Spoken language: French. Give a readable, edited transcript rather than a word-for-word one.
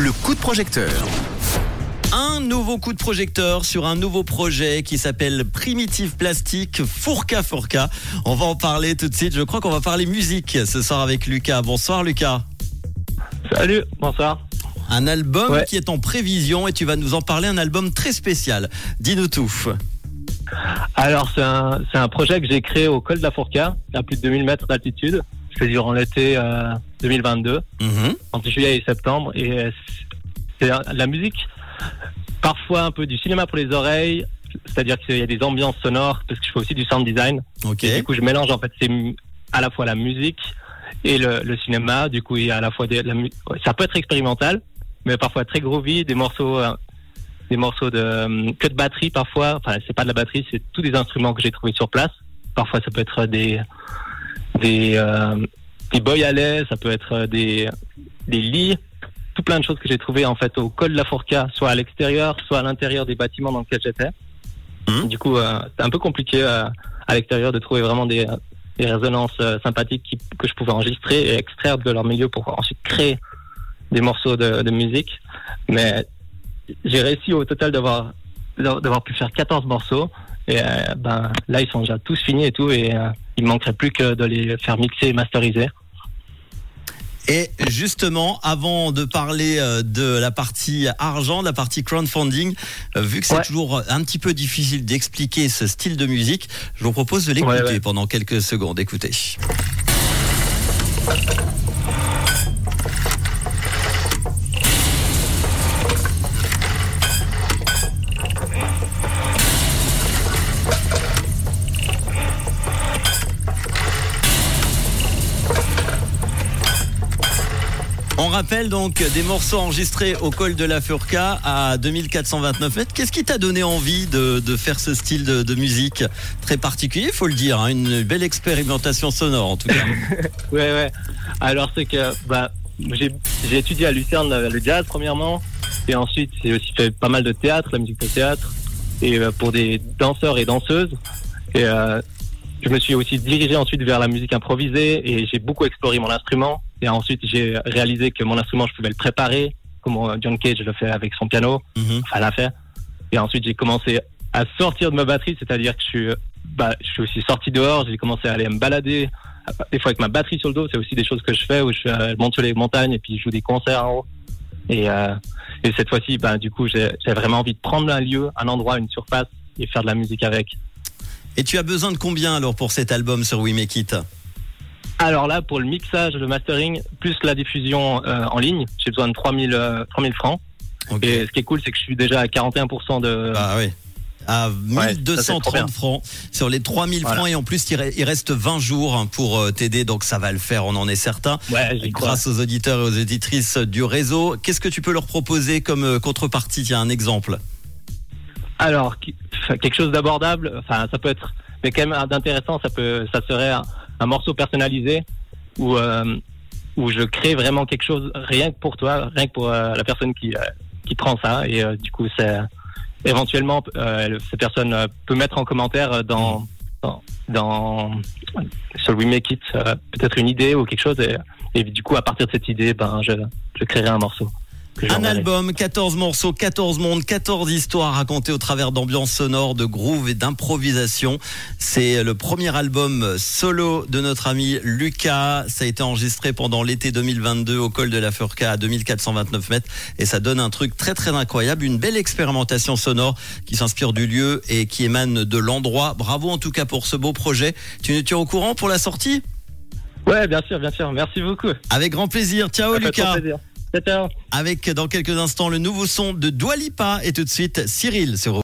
Le coup de projecteur. Un nouveau coup de projecteur sur un nouveau projet qui s'appelle Primitive Plastique Fourca. On va en parler tout de suite. Je crois qu'on va parler musique ce soir avec Lucas. Bonsoir Lucas. Salut, bonsoir. Un album qui est en prévision et tu vas nous en parler, un album très spécial. Dis-nous tout. Alors c'est un projet que j'ai créé au col de la Fourca, à plus de 2000 mètres d'altitude. C'est durant l'été 2022, entre juillet et septembre. Et c'est la musique, parfois un peu du cinéma pour les oreilles, c'est-à-dire qu'il y a des ambiances sonores, parce que je fais aussi du sound design. Et du coup, je mélange en fait, c'est à la fois la musique et le cinéma. Du coup, il y a à la fois ça peut être expérimental, mais parfois très groovy, des morceaux de que de batterie parfois. Enfin, c'est pas de la batterie, c'est tous des instruments que j'ai trouvés sur place. Parfois, ça peut être des boyalets, ça peut être des lits, tout plein de choses que j'ai trouvées en fait au col de la Fourca, soit à l'extérieur, soit à l'intérieur des bâtiments dans lesquels j'étais. Du coup, c'est un peu compliqué à l'extérieur de trouver vraiment des résonances sympathiques que je pouvais enregistrer et extraire de leur milieu pour ensuite créer des morceaux de musique. Mais j'ai réussi au total d'avoir pu faire 14 morceaux. Et là, ils sont déjà tous finis et tout, et il me manquerait plus que de les faire mixer et masteriser. Et justement, avant de parler de la partie argent, de la partie crowdfunding, vu que c'est toujours un petit peu difficile d'expliquer ce style de musique, je vous propose de l'écouter pendant quelques secondes. Écoutez. On rappelle donc des morceaux enregistrés au col de la Fourca à 2429 mètres. Qu'est-ce qui t'a donné envie de faire ce style de musique très particulier, il faut le dire, hein, une belle expérimentation sonore en tout cas. Ouais. Alors c'est que j'ai étudié à Lucerne le jazz premièrement, et ensuite j'ai aussi fait pas mal de théâtre, la musique de théâtre, et pour des danseurs et danseuses. Et je me suis aussi dirigé ensuite vers la musique improvisée, et j'ai beaucoup exploré mon instrument. Et ensuite, j'ai réalisé que mon instrument, je pouvais le préparer, comme John Cage le fait avec son piano, enfin l'a fait. Et ensuite, j'ai commencé à sortir de ma batterie, c'est-à-dire que je suis aussi sorti dehors, j'ai commencé à aller me balader, des fois avec ma batterie sur le dos. C'est aussi des choses que je fais, où je monte sur les montagnes et puis je joue des concerts en haut. Et cette fois-ci, du coup, j'ai vraiment envie de prendre un lieu, un endroit, une surface, et faire de la musique avec. Et tu as besoin de combien alors pour cet album sur We Make It ? Alors là, pour le mixage, le mastering, plus la diffusion en ligne, j'ai besoin de 3000 francs. Et ce qui est cool, c'est que je suis déjà à 41% de... Ah oui, à 1230 francs sur les 3000 francs. Et en plus, il reste 20 jours pour t'aider, donc ça va le faire, on en est certain. Grâce aux auditeurs et aux auditrices du réseau. Qu'est-ce que tu peux leur proposer comme contrepartie ? Tiens, un exemple. Alors, quelque chose d'abordable, enfin ça peut être... Mais quand même d'intéressant, ça serait un morceau personnalisé où je crée vraiment quelque chose rien que pour toi, rien que pour la personne qui prend ça. Et du coup, c'est éventuellement cette personne peut mettre en commentaire sur We Make It peut-être une idée ou quelque chose. Et du coup, à partir de cette idée, je créerai un morceau. Un album, 14 morceaux, 14 mondes, 14 histoires racontées au travers d'ambiances sonores, de groove et d'improvisation. C'est le premier album solo de notre ami Lucas. Ça a été enregistré pendant l'été 2022 au col de la Fourca à 2429 mètres. Et ça donne un truc très très incroyable, une belle expérimentation sonore qui s'inspire du lieu et qui émane de l'endroit. Bravo en tout cas pour ce beau projet. Tu nous tiens au courant pour la sortie ? Ouais, bien sûr. Merci beaucoup. Avec grand plaisir. Ciao Lucas. Ciao. Avec dans quelques instants le nouveau son de Dua Lipa et tout de suite Cyril sur